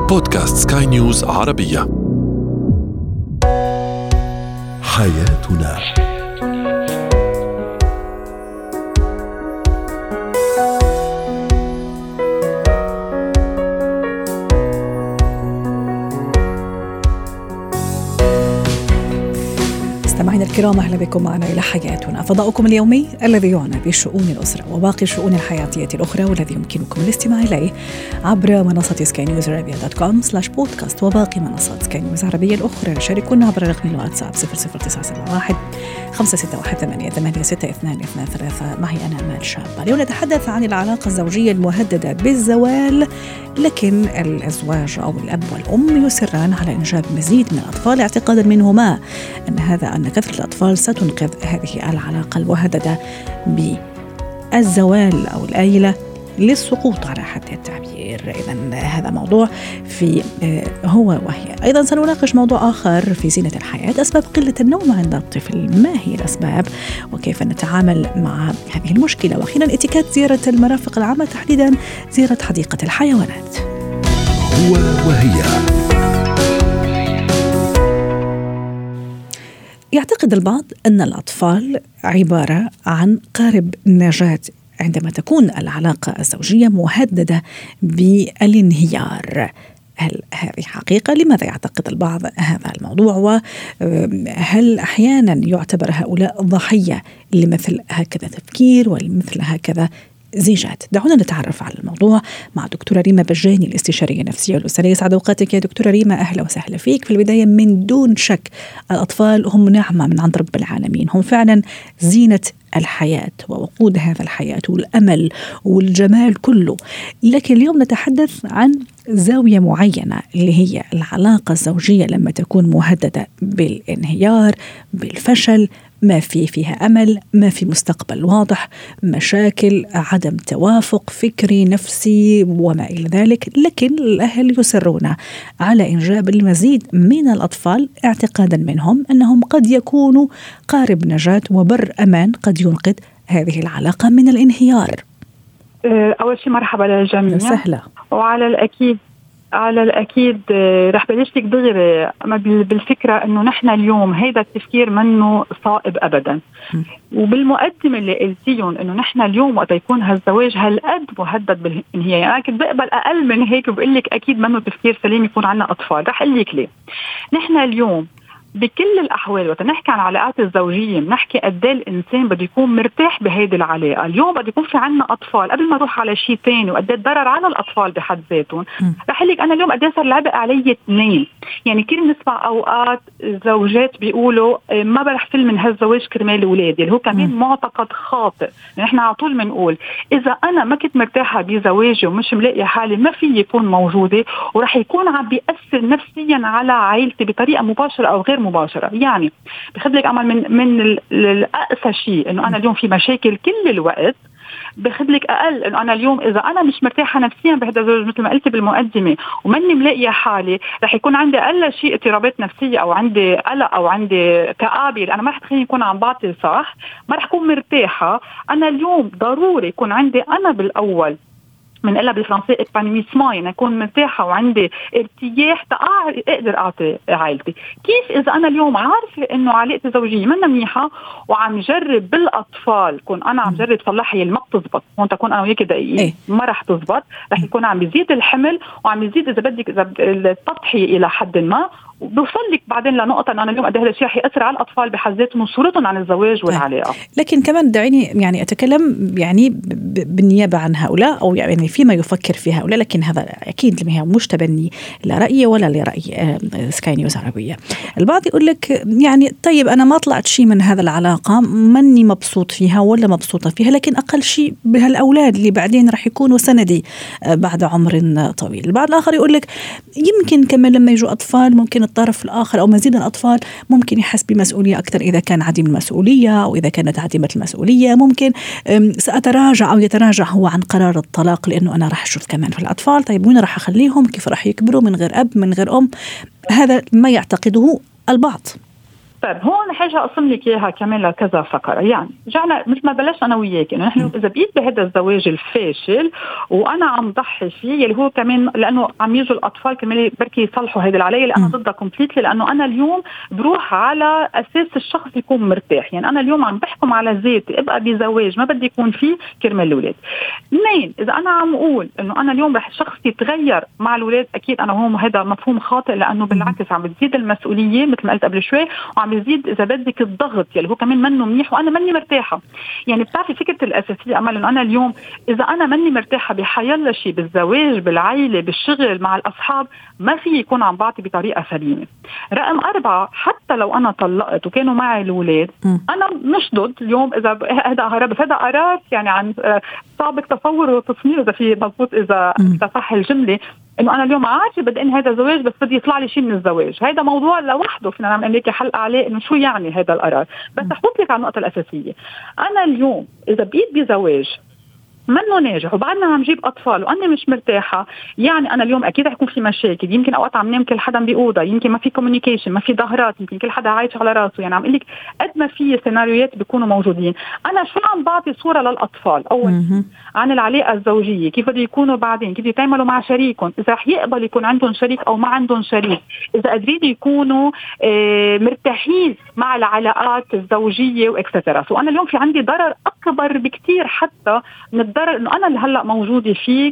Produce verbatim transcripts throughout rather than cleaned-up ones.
بودكاست سكاي نيوز عربية. حياتنا. مستمعينا الكرام، أهلا بكم معنا إلى حياتنا، فضاؤكم اليومي الذي يعنى بشؤون الأسرة وباقي الشؤون الحياتية الأخرى، والذي يمكنكم الاستماع إليه عبر منصة سكاي نيوز عربية دوت كوم سلاش بودكاست وباقي منصات سكاي نيوز عربية الأخرى. شاركونا عبر رقم الواتساب صفر صفر تسعة سبعة واحد خمسة ستة واحد ثمانية ثمانية ستة اثنان اثنان ثلاثة. معي أنا أمال شابة. اليوم نتحدث عن العلاقة الزوجية المهددة بالزوال، لكن الأزواج أو الأب والأم يصران على إنجاب مزيد من الأطفال، اعتقادا منهما أن هذا أن كثرة الأطفال ستنقذ هذه العلاقة المهددة بالزوال أو الآيلة للسقوط على حد التعبير. إذن هذا موضوع في هو وهي. أيضا سنناقش موضوع آخر في زينة الحياة، أسباب قلة النوم عند الطفل، ما هي الأسباب وكيف نتعامل مع هذه المشكلة. وأخيرا اتكات زيارة المرافق العامة، تحديدا زيارة حديقة الحيوانات. هو وهي. يعتقد البعض أن الأطفال عبارة عن قارب نجاة عندما تكون العلاقة الزوجية مهددة بالانهيار. هل هذه حقيقة؟ لماذا يعتقد البعض هذا الموضوع؟ وهل أحيانا يعتبر هؤلاء ضحية لمثل هكذا تفكير ولمثل هكذا زيجات؟ دعونا نتعرف على الموضوع مع دكتورة ريما بجاني، الاستشارية النفسية والأسرية. سعد أوقاتك يا دكتورة ريما، أهلا وسهلا فيك. في البداية، من دون شك الأطفال هم نعمة من عند رب العالمين، هم فعلا زينة الحياة ووقود هذا الحياة والأمل والجمال كله، لكن اليوم نتحدث عن زاوية معينة اللي هي العلاقة الزوجية لما تكون مهددة بالانهيار، بالفشل، ما في فيها أمل، ما في مستقبل واضح، مشاكل، عدم توافق فكري نفسي وما إلى ذلك. لكن الأهل يصرون على إنجاب المزيد من الأطفال، اعتقادا منهم أنهم قد يكونوا قارب نجاة وبر أمان قد ينقذ هذه العلاقة من الانهيار. أول شيء مرحبا للجميع. سهلة. وعلى الأكيد على الأكيد رح بلشتك دغري بالفكرة أنه نحن اليوم هيدا التفكير منه صائب أبدا. م. وبالمقدمة اللي قلتيهم أنه نحن اليوم وقت يكون هالزواج هالقد مهدد بالانهيار، يعني كنت بقبل أقل من هيك وبقول لك أكيد منه تفكير سليم يكون عنا أطفال. رح أقول لك ليه. نحن اليوم بكل الأحوال وقت نحكي عن العلاقات الزوجية بنحكي قد ايه الإنسان بده يكون مرتاح بهيدي العلاقة. اليوم بده يكون في عنا أطفال قبل ما نروح على شيء ثاني وقد ايه الضرر على الأطفال بحد ذاتهم. رح لك أنا اليوم قد ايه صار العبء علي اثنين. يعني كثير بنسمع أوقات زوجات بيقولوا ما برح فل من هالزواج كرمال أولادي، اللي هو كمان معتقد خاطئ. نحن على طول بنقول إذا أنا ما كنت مرتاحة بزواجي ومش ملاقي حالي ما في يكون موجودة، ورح يكون عم بيأثر نفسيا على عائلتي بطريقة مباشرة أو غير مباشرة. يعني بخذ لك أمل من من الأقصى شيء إنه أنا اليوم في مشاكل كل الوقت، بخذ لك أقل إنه أنا اليوم إذا أنا مش مرتاحة نفسيا بهذا الزواج مثل ما قلت بالمقدمة وماني ملاقية حالي، رح يكون عندي أقل شيء اضطرابات نفسية أو عندي قلق أو عندي كآبة. أنا ما رح تخليني يكون عم بعطي صح، ما رح أكون مرتاحة. أنا اليوم ضروري يكون عندي أنا بالأول من إلا بالفرنسي إبانيميسمون، يعني أكون مرتاحة وعندي ارتياح أقدر أعطي عائلتي. كيف إذا أنا اليوم عارفة إنه علاقتي الزوجية منا منيحة وعم جرب بالأطفال كون أنا عم جرب صلحها اللي ما بتزبط، وأنت تكون أنا وياك دقيقين ما رح تزبط، رح يكون عم بيزيد الحمل وعم يزيد إذا بدك إذا التضحية إلى حد ما، وبوصل لك بعدين لنقطة أن أنا اليوم قد هذا الشيء رح يأثر على الأطفال بحد ذاتهم وصورتهم عن الزواج والعلاقة. لكن كمان دعيني يعني أتكلم يعني بالنيابة عن هؤلاء أو يعني فيما يفكر في هؤلاء، لكن هذا أكيد مش تبني لا رأيي ولا لرأي سكاي نيوز عربية. البعض يقول لك يعني طيب أنا ما طلعت شيء من هذا العلاقة، مني مبسوط فيها ولا مبسوطة فيها، لكن أقل شيء بهالأولاد اللي بعدين رح يكونوا سندي بعد عمر طويل. البعض الآخر يقول لك يمكن كمان لما يجوا أطفال ممكن الطرف الآخر أو مزيد الأطفال ممكن يحس بمسؤولية أكثر إذا كان عديم المسؤولية أو إذا كانت عديمة المسؤولية، ممكن سأتراجع أو يتراجع هو عن قرار الطلاق لأنه أنا راح أشوف كمان في الأطفال طيب وين راح أخليهم، كيف راح يكبروا من غير أب من غير أم. هذا ما يعتقده البعض. طيب هون حاجة أقسم لك إياها كمان لكذا فقرة. يعني رجعنا مثل ما بلشنا أنا وياك إنه نحن إذا بقيت بهذا الزواج الفاشل وأنا عم ضحي فيه اللي هو كمان لأنه عم يجوا الأطفال كمان بركي يصلحوا هذه العلاقة اللي أنا ضدها كومبليتلي، لأنه أنا اليوم بروح على أساس الشخص يكون مرتاح. يعني أنا اليوم عم بحكم على ذاتي أبقى بزواج ما بدي يكون فيه كرمال الأولاد. اثنين، إذا أنا عم أقول إنه أنا اليوم رح الشخص يتغير مع الأولاد، أكيد أنا هو هذا مفهوم خاطئ، لأنه بالعكس عم بتزيد المسؤولية مثل ما قلت قبل شوي، وعم يزيد إذا بدك الضغط يلي هو كمان منه منيح وأنا مني مرتاحة. يعني بتعرفي فكرة الأساسية أمل إنه أنا اليوم إذا أنا مني مرتاحة بحيالله شيء بالزواج بالعائلة بالشغل مع الأصحاب ما في يكون عم بعطي بطريقة سليمة. رقم أربعة، حتى لو أنا طلقت وكانوا معي الأولاد أنا مش ضد اليوم إذا هذا قرار هذا قرار يعني عن صعب تصور وتصميم إذا في مضبوط إذا تصح الجملة إنه أنا اليوم عادي بدي إن هذا زواج بس بدي يطلع لي شيء من الزواج. هذا موضوع لوحده فينا نعمل لك حلقة عليه إنه شو يعني هذا القرار. بس أحط لك على النقطة الأساسية. أنا اليوم إذا بقيت بزواج منه ناجح وبعدنا عم جيب أطفال وأنا مش مرتاحة، يعني أنا اليوم أكيد هيكون في مشاكل. يمكن أوقات عم نام كل حدا بأوضة، يمكن ما في كوميونيكيشن، ما في ظهرات، يمكن كل حدا عايش على راسه. يعني عم قلك قد ما في سيناريوهات بيكونوا موجودين. أنا شو عم بعطي صورة للأطفال أول عن العلاقة الزوجية، كيف بده يكونوا بعدين، كيف يتعاملوا مع شريكهم، إذا رح يقبل يكون عندهم شريك أو ما عندهم شريك، إذا قادرين يكونوا آه مرتاحين مع العلاقات الزوجية وإكسترا. وأنا اليوم في عندي ضرر أكبر بكتير حتى من الضرر إنه أنا اللي هلأ موجودة فيه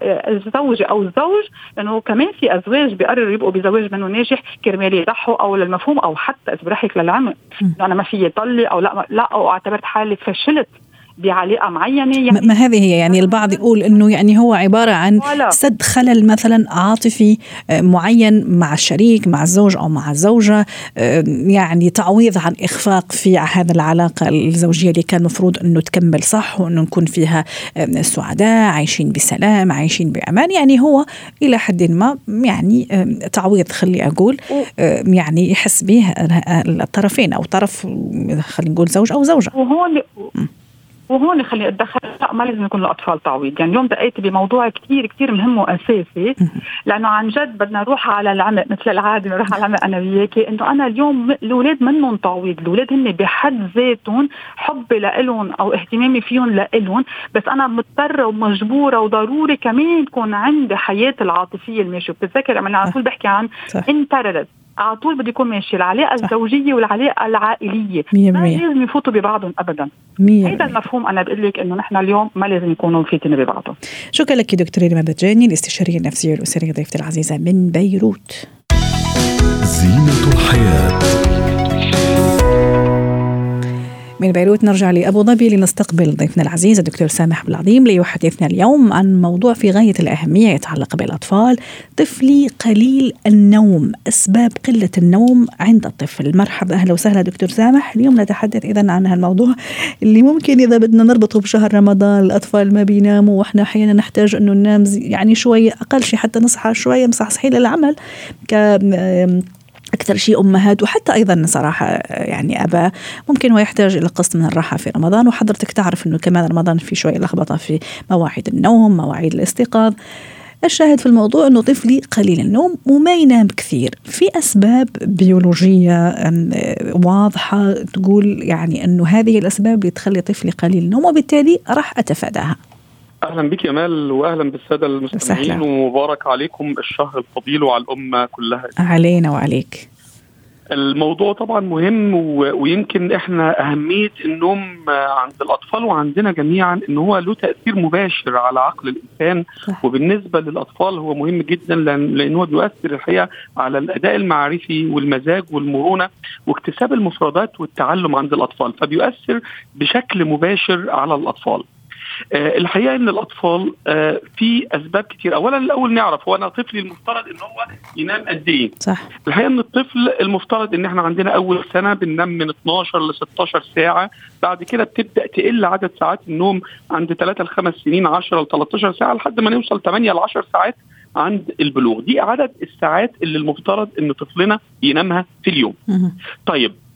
كزوجة أو الزوج، لأنه كمان في أزواج بيقرروا يبقوا بزواج منه ناجح كرمال يضحوا أو للمفهوم أو حتى إذا برحك للعمل أنا ما في يطلق أو لا لا أو اعتبرت حالي فشلت بعلاقة معينة. يعني ما هذه هي يعني البعض يقول إنه يعني هو عبارة عن سد خلل مثلا عاطفي معين مع الشريك مع الزوج أو مع الزوجة، يعني تعويض عن إخفاق في هذا العلاقة الزوجية اللي كان مفروض إنه تكمل صح وإنه نكون فيها سعداء عايشين بسلام عايشين بأمان. يعني هو إلى حد ما يعني تعويض خلي أقول يعني يحس به الطرفين أو طرف خلي نقول زوج أو زوجة. وهون وهون خلي أتدخل، لا ما لازم يكون الأطفال تعويض. يعني اليوم دقيت بموضوع كتير كتير مهم وأساسي، لأنه عن جد بدنا نروح على العمق مثل العادة نروح على العمق أنا وياكي. إنه أنا اليوم الأولاد منهم تعويض، الأولاد هن بحد ذاتهم حبي لإلهم أو اهتمامي فيهم لإلهم، بس أنا مضطرة ومجبورة وضروري كمان يكون عندي حياتي العاطفية الماشية. بتتذكر أنا على طول بحكي عن انتردد على طول بدي يكون ماشي العلاقة الزوجية والعلاقة العائلية ما لازم يفوتوا ببعضهم أبدا. هذا المفهوم أنا بقول لك إنه نحن اليوم ما لازم يكونوا فيتنا ببعضهم. شكرا لك دكتورة ريما بتجاني الاستشارية النفسية والأسرية ضيفتي العزيزة من بيروت. زينة الحياة. من بيروت نرجع لأبو ظبي لنستقبل ضيفنا العزيز الدكتور سامح بالعظيم ليحدثنا اليوم عن موضوع في غاية الأهمية يتعلق بالأطفال. طفلي قليل النوم، أسباب قلة النوم عند الطفل. مرحبا أهلا وسهلا دكتور سامح. اليوم نتحدث إذن عن هالموضوع اللي ممكن إذا بدنا نربطه بشهر رمضان الأطفال ما بيناموا وإحنا أحيانا نحتاج أنه ننام يعني شوية أقل شيء حتى نصحى شوية مصحصحين للعمل ك أكثر شيء أمهات وحتى أيضا صراحة يعني أبا ممكن هو يحتاج إلى قسط من الراحة في رمضان. وحضرتك تعرف أنه كمان رمضان في شوية لخبطة في مواعيد النوم مواعيد الاستيقاظ. الشاهد في الموضوع أنه طفلي قليل النوم وما ينام كثير. في أسباب بيولوجية واضحة تقول يعني أنه هذه الأسباب اللي تخلي طفلي قليل النوم وبالتالي راح أتفاداها. أهلا بك يا مال وأهلا بالسادة المستمعين ومبارك عليكم الشهر الفضيل وعلى الأمة كلها. علينا وعليك. الموضوع طبعا مهم ويمكن إحنا أهمية النوم عند الأطفال وعندنا جميعا إنه هو له تأثير مباشر على عقل الإنسان. صح. وبالنسبة للأطفال هو مهم جدا لأنه بيؤثر الحقيقة على الأداء المعرفي والمزاج والمرونة واكتساب المفردات والتعلم عند الأطفال، فبيؤثر بشكل مباشر على الأطفال. آه الحقيقة ان الاطفال آه في اسباب كتير. اولا الاول نعرف هو انا طفلي المفترض ان هو ينام قد ايه. صح. الحقيقة ان الطفل المفترض ان احنا عندنا اول سنة بننام من اثناشر لستاشر ساعة، بعد كده بتبدأ تقل عدد ساعات النوم عند ثلاثة لخمس سنين عشرة لتلتاشر ساعة لحد ما نوصل ثمانية لعشر ساعات عند البلوغ. دي عدد الساعات اللي المفترض ان طفلنا ينامها في اليوم. م- طيب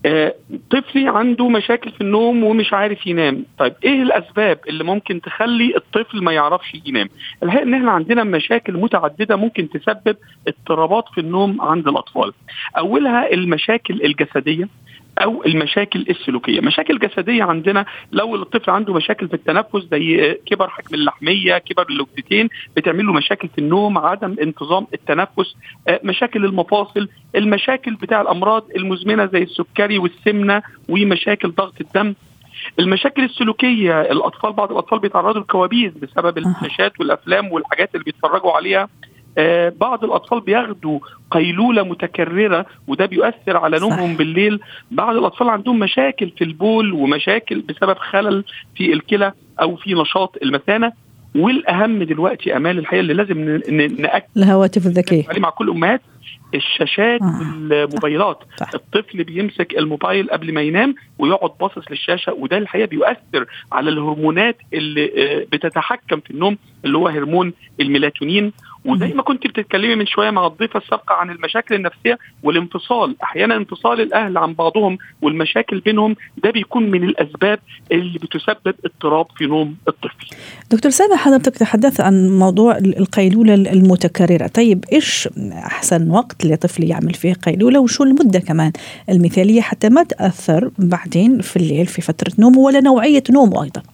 آه، طفلي عنده مشاكل في النوم ومش عارف ينام. طيب ايه الاسباب اللي ممكن تخلي الطفل ما يعرفش ينام؟ الحقيقه ان احنا عندنا مشاكل متعدده ممكن تسبب اضطرابات في النوم عند الاطفال. اولها المشاكل الجسديه او المشاكل السلوكيه. مشاكل جسديه عندنا لو الطفل عنده مشاكل في التنفس زي كبر حجم اللحميه، كبر اللوكتين، بتعمل له مشاكل في النوم، عدم انتظام التنفس، مشاكل المفاصل، المشاكل بتاع الامراض المزمنه زي السكري والسمنه ومشاكل ضغط الدم. المشاكل السلوكيه، الاطفال بعض الاطفال بيتعرضوا لكوابيس بسبب الشاشات والافلام والحاجات اللي بيتفرجوا عليها. آه بعض الأطفال بياخدوا قيلولة متكررة وده بيؤثر على نومهم بالليل. بعض الأطفال عندهم مشاكل في البول ومشاكل بسبب خلل في الكلى أو في نشاط المثانة. والأهم دلوقتي أمال الحقيقة اللي لازم نأكد الهواتف الذكية مع كل أمهات، الشاشات آه. والموبايلات. صح. الطفل بيمسك الموبايل قبل ما ينام ويقعد باصص للشاشة، وده الحقيقة بيؤثر على الهرمونات اللي بتتحكم في النوم اللي هو هرمون الميلاتونين. وزي ما كنت بتتكلمي من شوية مع الضيفة السابقة عن المشاكل النفسية والانفصال، أحيانا انفصال الأهل عن بعضهم والمشاكل بينهم ده بيكون من الأسباب اللي بتسبب اضطراب في نوم الطفل. دكتور سامح، حضرتك تحدث عن موضوع القيلولة المتكررة. طيب إيش أحسن وقت لطفل يعمل فيه قيلولة، وشو المدة كمان المثالية حتى ما تأثر بعدين في الليل في فترة نومه ولا نوعية نومه أيضا؟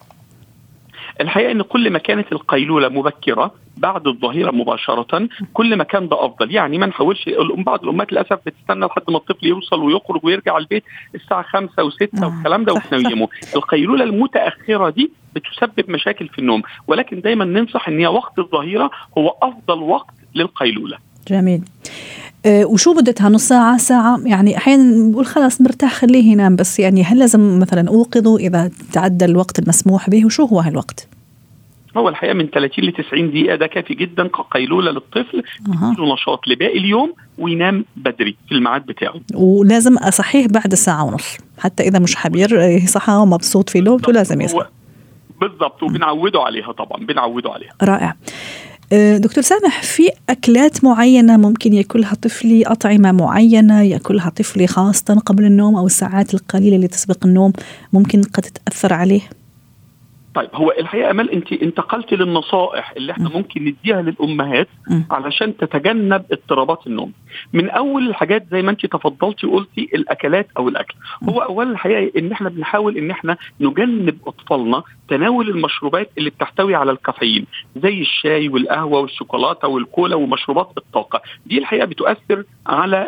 الحقيقة أن كل ما كانت القيلولة مبكرة بعد الظهيرة مباشرة كل ما كان ده أفضل. يعني ما نحاولش، بعض الأمهات للأسف بتستنى لحد ما الطفل يوصل ويخرج ويرجع البيت الساعة خمسة وستة والكلام ده وتنيمه. القيلولة المتأخرة دي بتسبب مشاكل في النوم، ولكن دايما ننصح أن هي وقت الظهيرة هو أفضل وقت للقيلولة. جميل. أه وشو مدتها؟ نص ساعة، ساعة؟ يعني أحيانا بقول خلاص مرتاح خليه ينام، بس يعني هل لازم مثلا أوقظه إذا تعدى الوقت المسموح به؟ وشو هو هالوقت؟ هو الحقيقة من ثلاثين لتسعين دقيقة ده كافي جدا كقيلولة للطفل، يديله نشاط لباقي اليوم وينام بدري في الميعاد بتاعه. ولازم أصحيه بعد الساعة ونص حتى إذا مش حبير يصحى ومبسوط في نومته لازم يصحى. بالضبط، وبنعوده عليها طبعا، بنعوده عليها. رائع. دكتور سامح، في أكلات معينة ممكن يأكلها طفلي، أطعمة معينة يأكلها طفلي خاصة قبل النوم أو الساعات القليلة اللي تسبق النوم ممكن قد تأثر عليه؟ طيب هو الحقيقة أمل أنت انتقلت للنصائح اللي احنا ممكن نديها للأمهات علشان تتجنب اضطرابات النوم. من أول الحاجات زي ما أنت تفضلتي وقلتي الأكلات أو الأكل. هو أول الحقيقة إن احنا بنحاول إن احنا نجنب أطفالنا تناول المشروبات اللي بتحتوي على الكافيين زي الشاي والقهوة والشوكولاتة والكولا ومشروبات الطاقة. دي الحقيقة بتؤثر على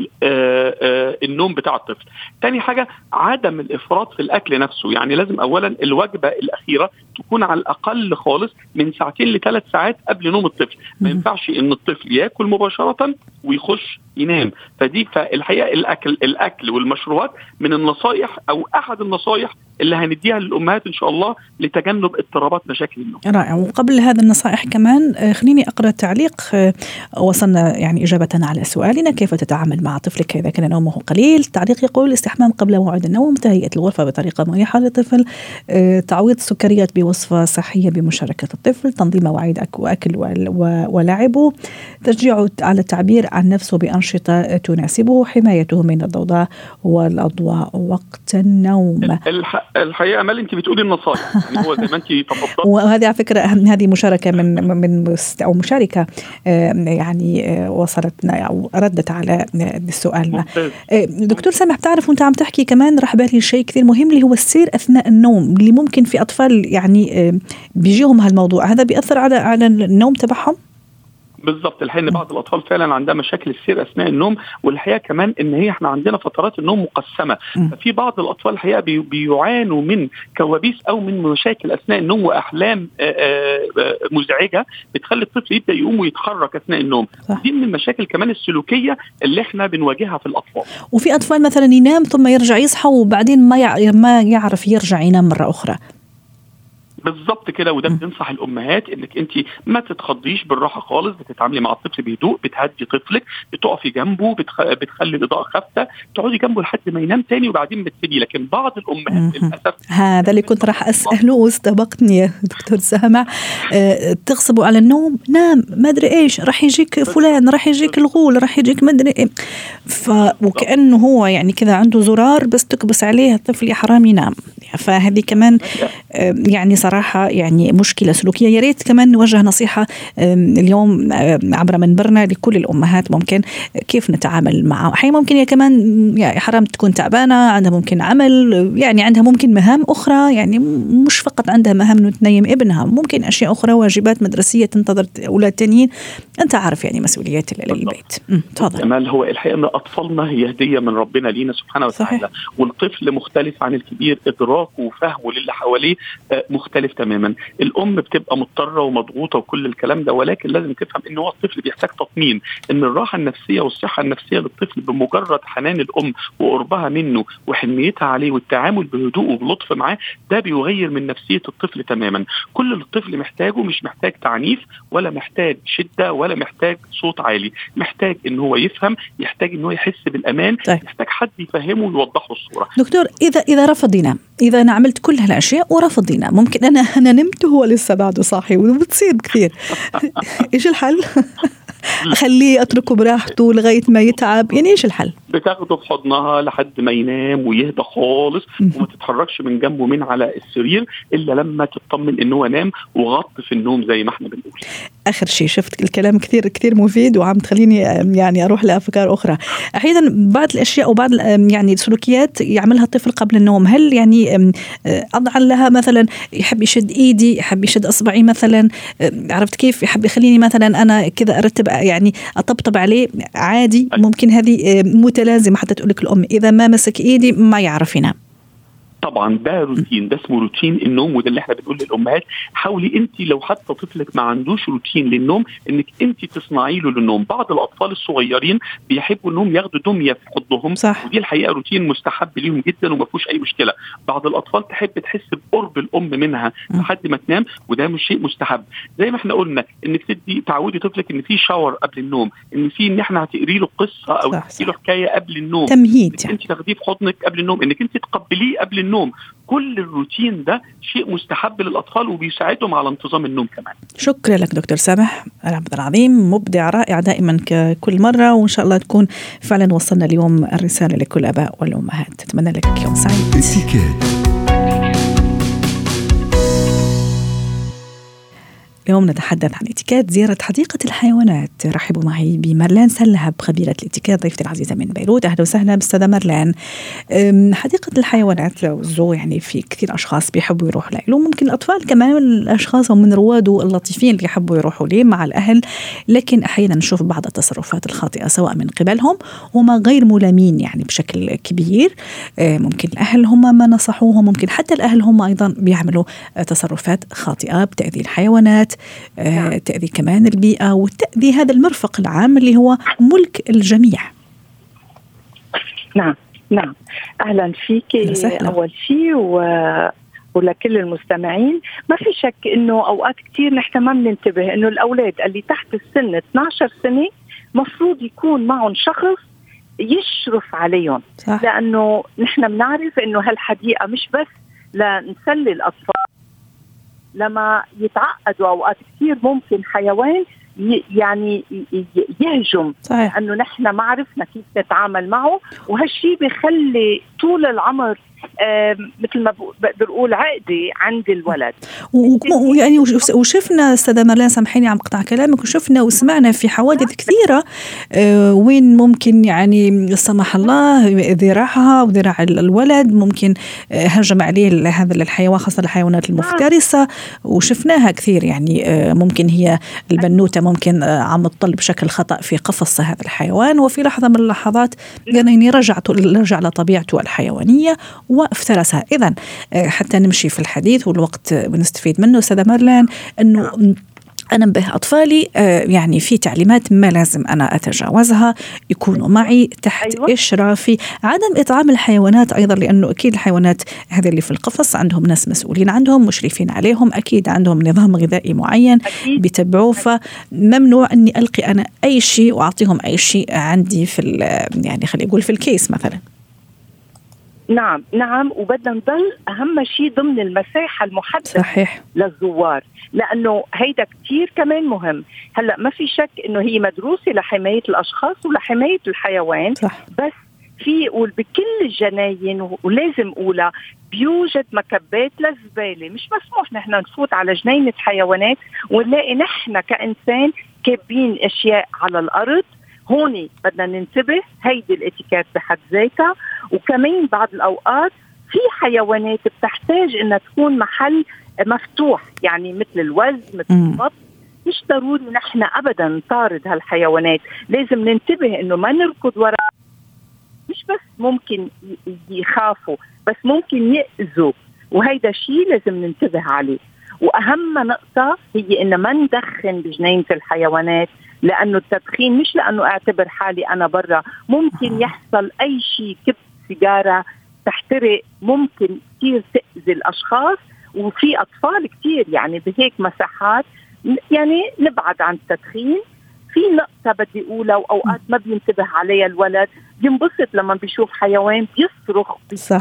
النوم بتاع الطفل. تاني حاجة عدم الإفراط في الأكل نفسه. يعني لازم أولا الوجبة الأخيرة تكون على الأقل خالص من ساعتين لثلاث ساعات قبل نوم الطفل. ما ينفعش إن الطفل يأكل مباشرة ويخش ينام. فدي فالحقيقة الأكل الأكل والمشروبات من النصائح أو أحد النصائح اللي هنديها للأمهات إن شاء الله لتجنب اضطرابات مشاكل النوم. رائع. وقبل هذا النصائح كمان خليني أقرأ تعليق وصلنا يعني إجابة على سؤالنا كيف تتعامل مع طفلك إذا كان نومه قليل. التعليق يقول استحمام قبل موعد النوم، تهيئة الغرفة بطريقة مريحة للطفل، تعويض السكريات بوصفة صحية بمشاركة الطفل، تنظيم مواعيد وأكل ولعبه، تشجيعه على التعبير عن نفسه بأنشطة تناسبه، حمايته من الضوضاء والأضواء وقت النوم. الحقيقة أمل أنت بتقولي النصائح يعني هو زي ما أنت تفضلت، وهذه على فكرة هذه مشاركة من من أو مشاركة يعني وصلتنا أو ردت على سؤالنا. دكتور سامح، بتعرف وأنت عم تحكي كمان راح بالي شيء كثير مهم اللي هو السير أثناء النوم، اللي ممكن في أطفال يعني بيجيهم هالموضوع هذا بيأثر على على النوم تبعهم. بالضبط. الحين بعض الأطفال فعلا عندها مشاكل السير أثناء النوم، والحقيقة كمان إن هي إحنا عندنا فترات النوم مقسمة. ففي بعض الأطفال الحقيقة بي بيعانوا من كوابيس أو من مشاكل أثناء النوم وأحلام مزعجة بتخلي الطفل يبدأ يقوم ويتحرك أثناء النوم. صح. دي من المشاكل كمان السلوكية اللي إحنا بنواجهها في الأطفال. وفي أطفال مثلا ينام ثم يرجع يصحى وبعدين ما ما يعرف يرجع ينام مرة أخرى. بالظبط كده. وده بننصح الامهات انك انت ما تتخضيش، بالراحه خالص، بتتعاملي مع الطفل بهدوء، بتهدي طفلك، بتقفي جنبه، بتخ... بتخلي الاضاءه خافته، تقعدي جنبه لحد ما ينام تاني وبعدين بتسيبيه. لكن بعض الامهات للاسف هذا اللي كنت راح اساله واستبقتني يا دكتور سامع، أه تغصبوا على النوم، نام، ما ادري ايش، راح يجيك فلان، راح يجيك الغول، راح يجيك ما ادري ايه، ف وكانه هو يعني كذا عنده زرار بس تكبس عليه الطفل يا حرام ينام. فهذه كمان أه يعني صراحه يعني مشكله سلوكيه. يا ريت كمان نوجه نصيحه أه اليوم أه عبر منبرنا لكل الامهات، ممكن كيف نتعامل معه. احيانا ممكن هي كمان يعني حرام تكون تعبانه، عندها ممكن عمل، يعني عندها ممكن مهام اخرى، يعني مش فقط عندها مهام انه تنيم ابنها، ممكن اشياء اخرى، واجبات مدرسيه تنتظر اولاد تانيين، انت عارف يعني مسؤوليات البيت. تفضل. كمال، هو الحقيقه ان اطفالنا هي هديه من ربنا لينا سبحانه وتعالى. صحيح. والطفل مختلف عن الكبير، ادراكه وفهمه للي حواليه مختلف تماما. الام بتبقى مضطره ومضغوطه وكل الكلام ده، ولكن لازم تفهم ان هو الطفل بيحتاج تطمين، ان الراحه النفسيه والصحه النفسيه للطفل بمجرد حنان الام وقربها منه وحنيتها عليه والتعامل بهدوء وبلطف معاه، ده بيغير من نفسيه الطفل تماما. كل اللي الطفل محتاجه مش محتاج تعنيف، ولا محتاج شده، ولا محتاج صوت عالي، محتاج ان هو يفهم، يحتاج ان هو يحس بالامان. طيب. يحتاج حد يفهمه ويوضح له الصوره. دكتور، اذا اذا رفض ينام، اذا انا عملت كل هالاشياء ورفض ينام، ممكن انا انا نمت وهو لسه بعده صاحي، وبتصير كثير ايش الحل؟ خليه اتركه براحته لغايه ما يتعب، يعني ايش الحل؟ بتاخده في حضنها لحد ما ينام ويهدى خالص، وما تتحركش من جنبه من على السرير الا لما تطمن انه نام، وغط في النوم زي ما احنا بنقول. اخر شيء، شفت الكلام كثير كثير مفيد وعم تخليني يعني اروح لافكار اخرى. احيانا بعض الاشياء وبعض يعني السلوكيات يعملها الطفل قبل النوم، هل يعني اضع لها مثلا يحب يشد ايدي، يحب يشد اصبعي مثلا، عرفت كيف، يحب يخليني مثلا انا كذا ارتب يعني اطبطب عليه عادي، ممكن هذه متلازمه حتى تقول لك الام اذا ما مسك ايدي ما يعرف ينام. طبعا ده روتين، ده اسمه روتين النوم، وده اللي احنا بنقول للامهات حاولي انت لو حتى طفلك ما عندوش روتين للنوم انك انت تصنعي له للنوم. بعض الاطفال الصغيرين بيحبوا انهم ياخدوا دميه في حضنهم، صح. ودي الحقيقه روتين مستحب ليهم جدا وما فيهوش اي مشكله. بعض الاطفال تحب تحس بقرب الام منها لحد ما تنام، وده مش شيء مستحب. زي ما احنا قلنا انك تدي تعودي طفلك ان في شاور قبل النوم، ان في ان احنا هتقري له قصه او تحكي له حكايه قبل النوم، تمهيد، انت تاخديه في حضنك قبل النوم، انك انت تقبليه قبل النوم. كل الروتين ده شيء مستحب للأطفال وبيساعدهم على انتظام النوم كمان. شكرا لك دكتور سامح العبد العظيم، مبدع رائع دائما ككل مرة، وإن شاء الله تكون فعلا وصلنا اليوم الرسالة لكل أباء والأمهات. أتمنى لك يوم سعيد. اليوم نتحدث عن اتيكيت زيارة حديقة الحيوانات. رحبوا معي بمارلين سلهب خبيرة الاتيكيت ضيفتي العزيزة من بيروت. أهلا وسهلا بأستاذة مارلين. حديقة الحيوانات لو الزو يعني في كثير أشخاص بيحبوا يروحوا له، ممكن الأطفال كمان الأشخاص ومن رواده اللطيفين اللي يحبوا يروحوا ليه مع الأهل، لكن أحيانا نشوف بعض التصرفات الخاطئة سواء من قبلهم وما غير ملامين يعني بشكل كبير. ممكن الأهل هم ما نصحوهم، ممكن حتى الأهل هم أيضا بيعملوا تصرفات خاطئة بتأذي الحيوانات، آه، تأذي كمان البيئة، وتأذي هذا المرفق العام اللي هو ملك الجميع. نعم نعم أهلا فيك أول شيء و... ولكل المستمعين. ما في شك إنه أوقات كتير نحن ما بننتبه إنه الأولاد اللي تحت السن اثني عشر سنة مفروض يكون معهم شخص يشرف عليهم، صح. لأنه نحن بنعرف إنه هالحديقة مش بس لنسلي الأطفال، لما يتعقدوا أوقات كثير ممكن حيوان يعني يهجم، صحيح. أنه نحن ما عرفنا كيف نتعامل معه، وهالشي بيخلي طول العمر آه مثل ما بقدر أقول عقدي عند الولد. ويعني وشفنا أستاذة مارلين، سامحيني عم قطع كلامك، وشفنا وسمعنا في حوادث كثيرة آه وين ممكن يعني سمح الله ذراعها وذراع الولد ممكن آه هجم عليه هذا الحيوان، خاصة الحيوانات المفترسة، وشفناها كثير. يعني آه ممكن هي البنوتة ممكن آه عم تطل بشكل خطأ في قفص هذا الحيوان، وفي لحظة من اللحظات يعني رجعت رجع لطبيعته الحيوانية وافترسها. إذن حتى نمشي في الحديث والوقت بنستفيد منه أستاذة مارلين، أنه أنبه أطفالي يعني في تعليمات ما لازم أنا أتجاوزها، يكونوا معي تحت أيوة. إشرافي. عدم إطعام الحيوانات أيضا، لأنه أكيد الحيوانات هذه اللي في القفص عندهم ناس مسؤولين عندهم مشرفين عليهم، أكيد عندهم نظام غذائي معين بيتبعوه، فممنوع أني ألقي أنا أي شيء وأعطيهم أي شيء عندي في يعني خلي يقول في الكيس مثلا. نعم نعم وبدنا نضل أهم شيء ضمن المساحة المحددة صحيح. للزوار، لأنه هيدا كتير كمان مهم. هلأ ما في شك إنه هي مدروسة لحماية الأشخاص ولحماية الحيوان صح. بس في يقول بكل الجناين ولازم أولى بيوجد مكبات للزبالة. مش مسموح نحن نفوت على جنينة حيوانات ونلاقي نحن كإنسان كابين أشياء على الأرض. هون بدنا ننتبه، هيدي الاتيكيت بحد ذاتها. وكمان بعض الأوقات في حيوانات بتحتاج إنها تكون محل مفتوح، يعني مثل الوز مثل البط. مش ضروري نحن أبدا نطارد هالحيوانات، لازم ننتبه إنه ما نركض وراء. مش بس ممكن يخافوا، بس ممكن يأذوا، وهيدا شيء لازم ننتبه عليه. وأهم نقطة هي إن ما ندخن بجنينة الحيوانات، لأنه التدخين مش لأنه أعتبر حالي أنا برا، ممكن يحصل أي شيء، كب سيجارة تحترق، ممكن كتير تأذي الأشخاص وفي أطفال كتير. يعني بهيك مساحات يعني نبعد عن التدخين. في نقطة بدي أقولها وأوقات ما بينتبه عليها الولد، بينبسط لما بيشوف حيوان بيصرخ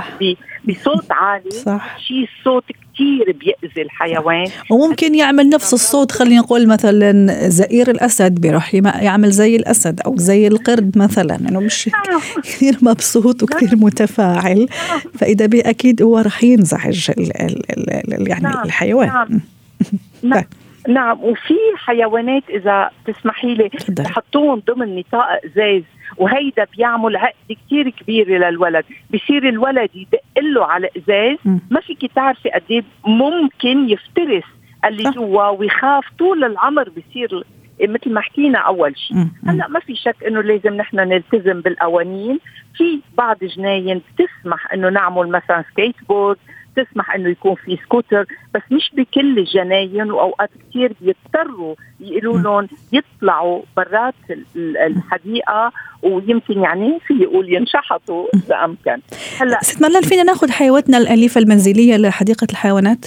بصوت عالي، شيء الصوت كتير بيأذي الحيوان. وممكن يعمل نفس الصوت، خلينا نقول مثلا زئير الأسد بيروح يعمل زي الأسد أو زي القرد مثلا، إنه مش كثير مبسوط وكثير متفاعل، فإذا بي أكيد هو رح ينزعج ال ال ال يعني نعم. الحيوان نعم. نعم. نعم. وفي حيوانات إذا تسمحي لي تحطوهم ضمن نطاق إزاز، وهيدا بيعمل عقد كتير كبير للولد. بيصير الولد يدق له على إزاز، ما فيك تعرفي قد ممكن يفترس اللي جوا ويخاف طول العمر. بيصير مثل ما حكينا أول شيء. هلأ ما في شك إنه لازم نحن نلتزم بالقوانين. في بعض جناين بتسمح إنه نعمل مثلا سكيت بورد، تسمح انه يكون في سكوتر، بس مش بكل الجناين. واوقات كثير بيضطروا يقولوا لهم يطلعوا برات الحديقه، ويمكن يعني في يقول ينشحطوا اذا امكن. هلا ست مرلان، فينا ناخذ حيواتنا الاليفه المنزليه لحديقه الحيوانات؟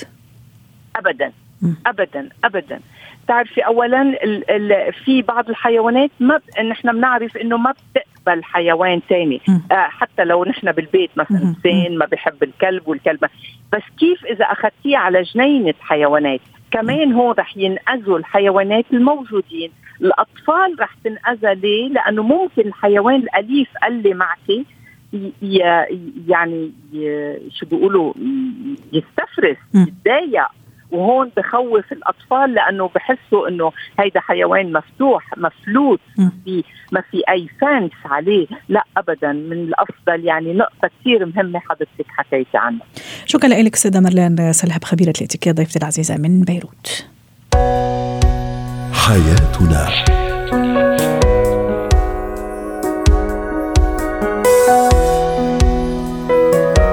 ابدا ابدا ابدا. تعرفي اولا ال ال في بعض الحيوانات ما نحن بنعرف انه ما بتقبل حيوان تاني، آه حتى لو نحن بالبيت مثلا انسان ما بيحب الكلب والكلبه، بس كيف اذا اخذتيه على جنينه حيوانات كمان هون رح ينأذوا الحيوانات الموجودين. الاطفال رح تنأذى. ليه؟ لانه ممكن الحيوان الاليف اللي معك يعني شو بيقولوا يستفرس، يتضايق، وهون بخوف الأطفال لأنه بحسوا إنه هيدا حيوان مفتوح مفلوت، في ما في أي فانس عليه. لا أبدا، من الأفضل يعني نقطة كثير مهمة حضرتك حكيتي عنها. شكرا لك سيدة مرلان سلهب، خبيرة الاتيكيت، ضيفتي العزيزة من بيروت. حياتنا.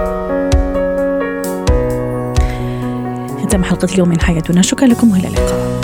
ختام حلقة اليوم من حياتنا. شكرا لكم وإلى اللقاء.